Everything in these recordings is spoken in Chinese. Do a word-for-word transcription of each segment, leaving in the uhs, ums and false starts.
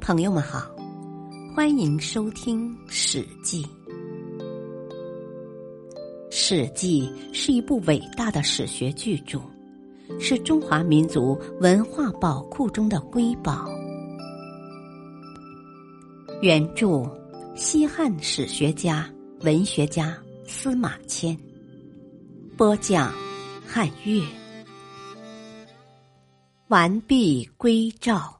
朋友们好，欢迎收听《史记》。《史记》是一部伟大的史学巨著，是中华民族文化宝库中的瑰宝。原著西汉史学家、文学家司马迁，播讲汉乐。完璧归赵。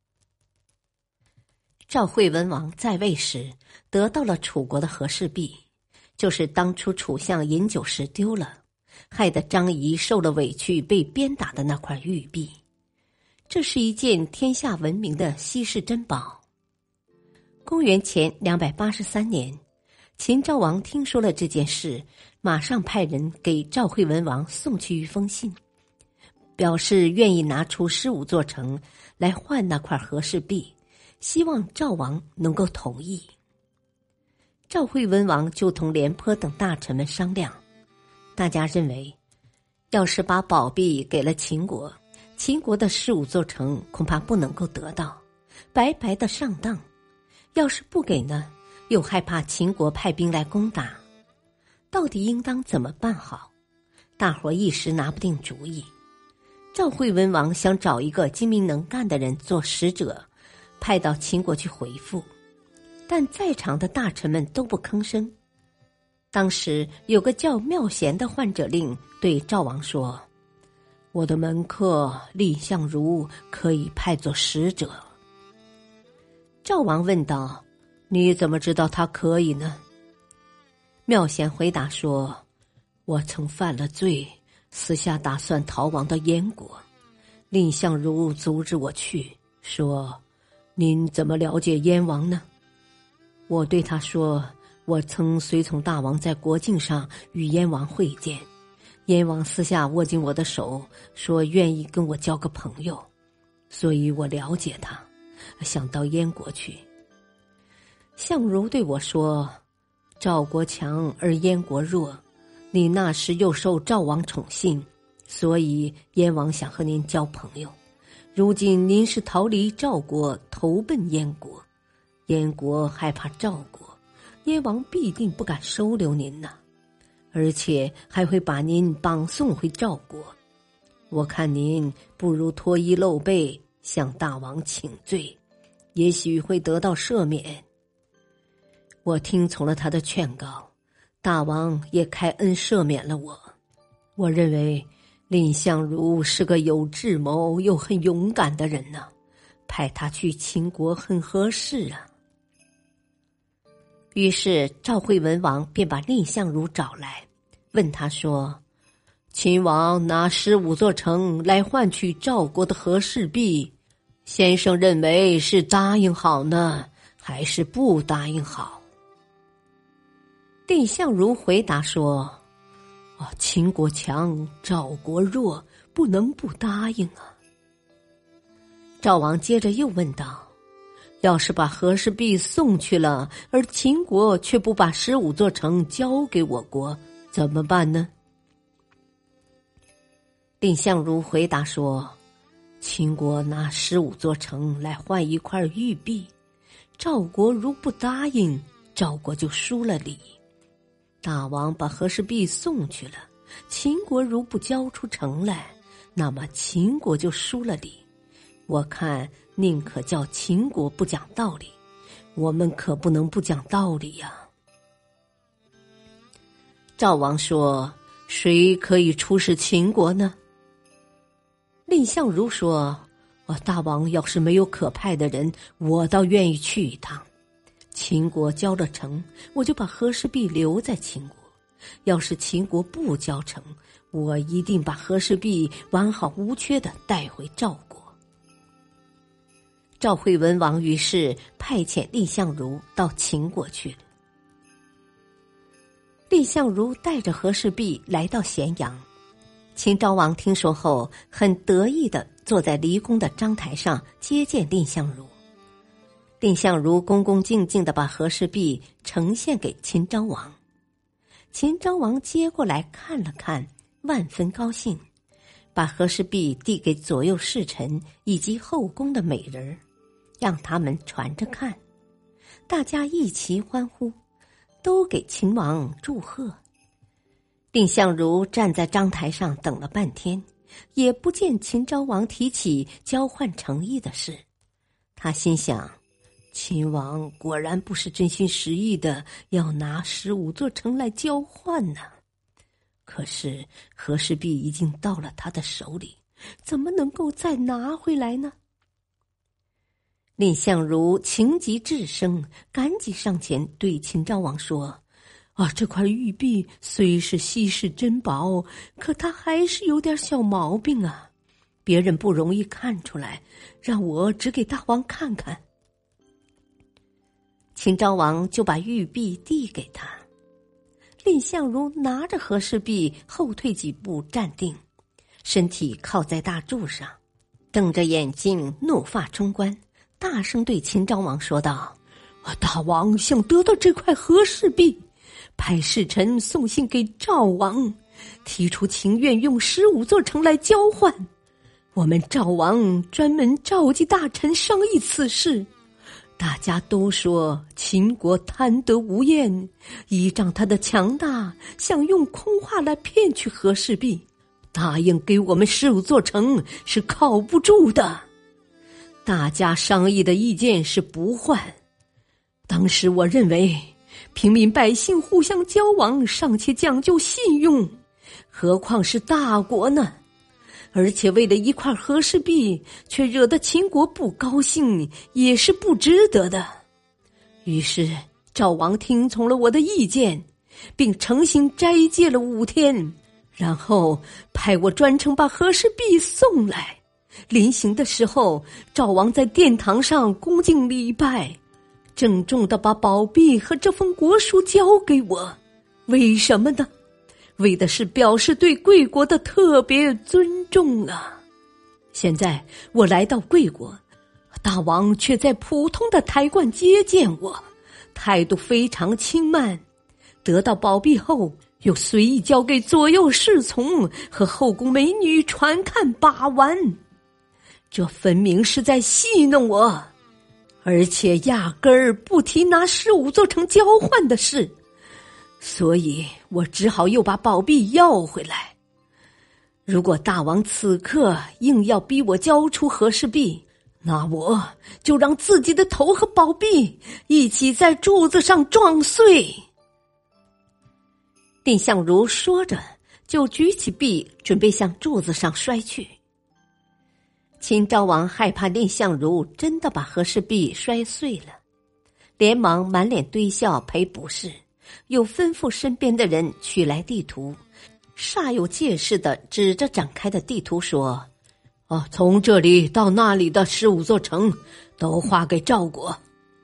赵惠文王在位时得到了楚国的和氏璧，就是当初楚相饮酒时丢了，害得张仪受了委屈被鞭打的那块玉璧。这是一件天下闻名的稀世珍宝。公元前两百八十三年，秦昭王听说了这件事，马上派人给赵惠文王送去一封信，表示愿意拿出十五座城来换那块和氏璧，希望赵王能够同意。赵惠文王就同廉颇等大臣们商量，大家认为，要是把宝璧给了秦国，秦国的十五座城恐怕不能够得到，白白的上当；要是不给呢，又害怕秦国派兵来攻打，到底应当怎么办好？大伙一时拿不定主意。赵惠文王想找一个精明能干的人做使者，派到秦国去回复，但在场的大臣们都不吭声。当时有个叫妙贤的宦者令对赵王说：“我的门客蔺相如可以派作使者。”赵王问道：“你怎么知道他可以呢？”妙贤回答说：“我曾犯了罪，私下打算逃亡到燕国，蔺相如阻止我去，说：‘您怎么了解燕王呢？’我对他说，我曾随从大王在国境上与燕王会见，燕王私下握紧我的手，说愿意跟我交个朋友，所以我了解他，想到燕国去。相如对我说，赵国强而燕国弱，你那时又受赵王宠幸，所以燕王想和您交朋友。如今您是逃离赵国投奔燕国，燕国害怕赵国，燕王必定不敢收留您呢，而且还会把您绑送回赵国。我看您不如脱衣露背向大王请罪，也许会得到赦免。我听从了他的劝告，大王也开恩赦免了我。我认为蔺相如是个有智谋又很勇敢的人呢，派他去秦国很合适啊。于是赵惠文王便把蔺相如找来，问他说：“秦王拿十五座城来换取赵国的和氏璧，先生认为是答应好呢，还是不答应好？”蔺相如回答说：“啊，秦国强，赵国弱，不能不答应啊。”赵王接着又问道：“要是把和氏璧送去了，而秦国却不把十五座城交给我国，怎么办呢？”蔺相如回答说：“秦国拿十五座城来换一块玉璧，赵国如不答应，赵国就输了礼。大王把和氏璧送去了，秦国如不交出城来，那么秦国就输了礼。我看宁可叫秦国不讲道理，我们可不能不讲道理呀。”赵王说：“谁可以出使秦国呢？”蔺相如说：“哦，大王要是没有可派的人，我倒愿意去一趟。秦国交了城，我就把和氏璧留在秦国；要是秦国不交城，我一定把和氏璧完好无缺地带回赵国。”赵惠文王于是派遣蔺相如到秦国去了。蔺相如带着和氏璧来到咸阳，秦昭王听说后，很得意地坐在离宫的章台上接见蔺相如。蔺相如恭恭敬敬地把和氏璧呈现给秦昭王。秦昭王接过来看了看，万分高兴，把和氏璧递给左右侍臣以及后宫的美人儿， 让他们传着看。大家一齐欢呼，都给秦王祝贺。蔺相如站在章台上等了半天，也不见秦昭王提起交换诚意的事。他心想，秦王果然不是真心实意的要拿十五座城来交换呢。可是和氏璧已经到了他的手里，怎么能够再拿回来呢？蔺相如情急智生，赶紧上前对秦昭王说：啊，这块玉璧虽是稀世珍宝，可它还是有点小毛病啊，别人不容易看出来，让我只给大王看看。秦昭王就把玉璧递给他。蔺相如拿着和氏璧后退几步站定，身体靠在大柱上，瞪着眼睛，怒发冲冠，大声对秦昭王说道：大王想得到这块和氏璧，派使臣送信给赵王，提出情愿用十五座城来交换。我们赵王专门召集大臣商议此事，大家都说秦国贪得无厌，依仗他的强大，想用空话来骗取和氏璧，答应给我们十五座城是靠不住的。大家商议的意见是不换。当时我认为，平民百姓互相交往尚且讲究信用，何况是大国呢？而且为了一块和氏璧，却惹得秦国不高兴，也是不值得的。于是赵王听从了我的意见，并诚心斋戒了五天，然后派我专程把和氏璧送来。临行的时候，赵王在殿堂上恭敬礼拜，郑重地把宝璧和这封国书交给我。为什么呢？为的是表示对贵国的特别尊重啊！现在我来到贵国，大王却在普通的台观接见我，态度非常轻慢。得到宝璧后，又随意交给左右侍从和后宫美女传看把玩，这分明是在戏弄我，而且压根儿不提拿十五座城交换的事。所以我只好又把宝璧要回来。如果大王此刻硬要逼我交出和氏璧，那我就让自己的头和宝璧一起在柱子上撞碎。蔺相如说着，就举起璧准备向柱子上摔去。秦昭王害怕蔺相如真的把和氏璧摔碎了，连忙满脸堆笑赔不是，又吩咐身边的人取来地图，煞有介事地指着展开的地图说：哦，从这里到那里的十五座城都划给赵国。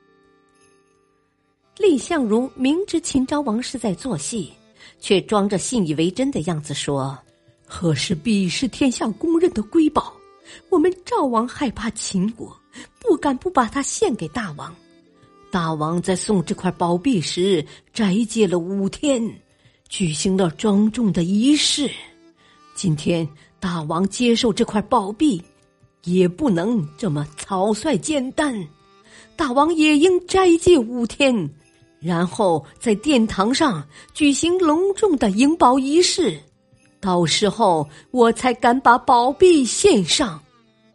蔺相如明知秦昭王是在做戏，却装着信以为真的样子说：和氏璧是天下公认的瑰宝，我们赵王害怕秦国，不敢不把它献给大王。大王在送这块宝璧时斋戒了五天，举行了庄重的仪式。今天大王接受这块宝璧，也不能这么草率简单，大王也应斋戒五天，然后在殿堂上举行隆重的迎宝仪式，到时候我才敢把宝璧献上。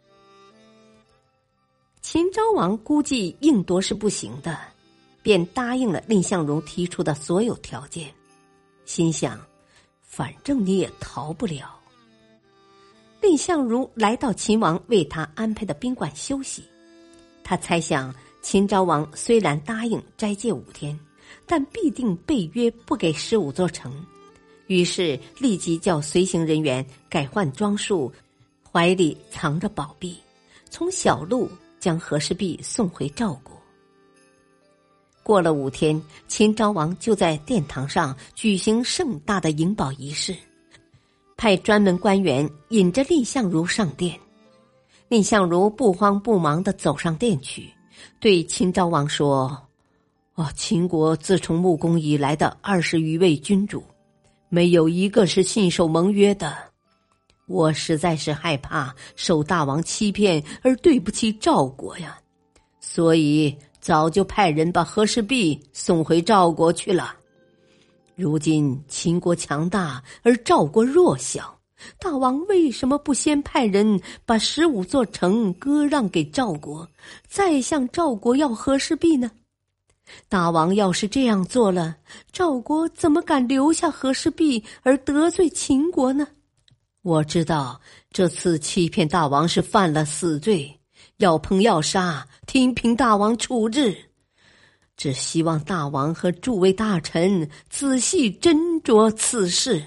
秦昭王估计硬夺是不行的，便答应了蔺相如提出的所有条件，心想反正你也逃不了。蔺相如来到秦王为他安排的宾馆休息，他猜想秦昭王虽然答应斋戒五天，但必定背约不给十五座城，于是立即叫随行人员改换装束，怀里藏着宝璧，从小路将和氏璧送回赵国。过了五天，秦昭王就在殿堂上举行盛大的迎宝仪式，派专门官员引着蔺相如上殿。蔺相如不慌不忙地走上殿去，对秦昭王说：哦，秦国自从穆公以来的二十余位君主，没有一个是信守盟约的。我实在是害怕受大王欺骗而对不起赵国呀， 所以早就派人把和氏璧送回赵国去了。如今秦国强大，而赵国弱小，大王为什么不先派人把十五座城割让给赵国，再向赵国要和氏璧呢？大王要是这样做了，赵国怎么敢留下和氏璧而得罪秦国呢？我知道这次欺骗大王是犯了死罪，要烹要杀，听凭大王处置。只希望大王和诸位大臣仔细斟酌此事。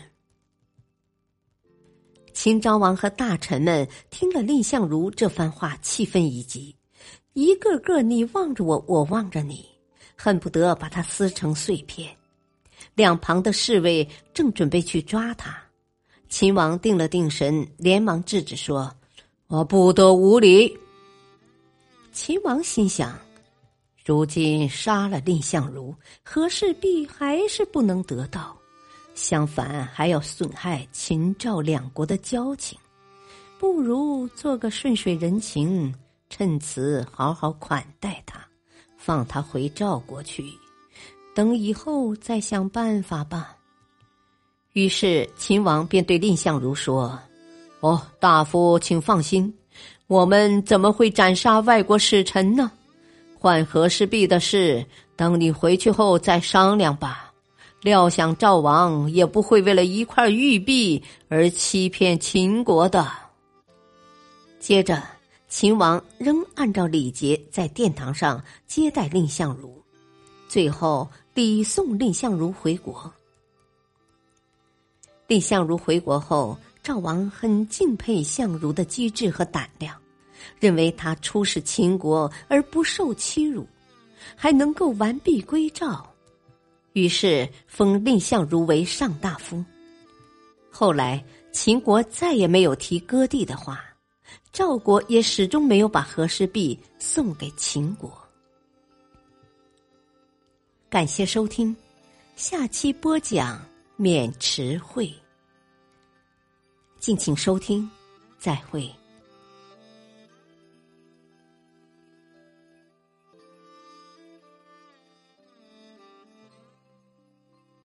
秦昭王和大臣们听了蔺相如这番话，气愤已极，一个个你望着我，我望着你，恨不得把他撕成碎片。两旁的侍卫正准备去抓他，秦王定了定神，连忙制止说：“我不得无礼。”秦王心想，如今杀了蔺相如，和氏璧还是不能得到，相反还要损害秦赵两国的交情，不如做个顺水人情，趁此好好款待他，放他回赵国去，等以后再想办法吧。于是秦王便对蔺相如说：“哦，大夫请放心，我们怎么会斩杀外国使臣呢？换和氏璧的事，等你回去后再商量吧。料想赵王也不会为了一块玉璧而欺骗秦国的。”接着秦王仍按照礼节在殿堂上接待蔺相如，最后礼送蔺相如回国。蔺相如回国后，赵王很敬佩相如的机智和胆量，认为他出使秦国而不受欺辱，还能够完璧归赵，于是封蔺相如为上大夫。后来秦国再也没有提割地的话，赵国也始终没有把和氏璧送给秦国。感谢收听，下期播讲渑池会。敬请收听，再会。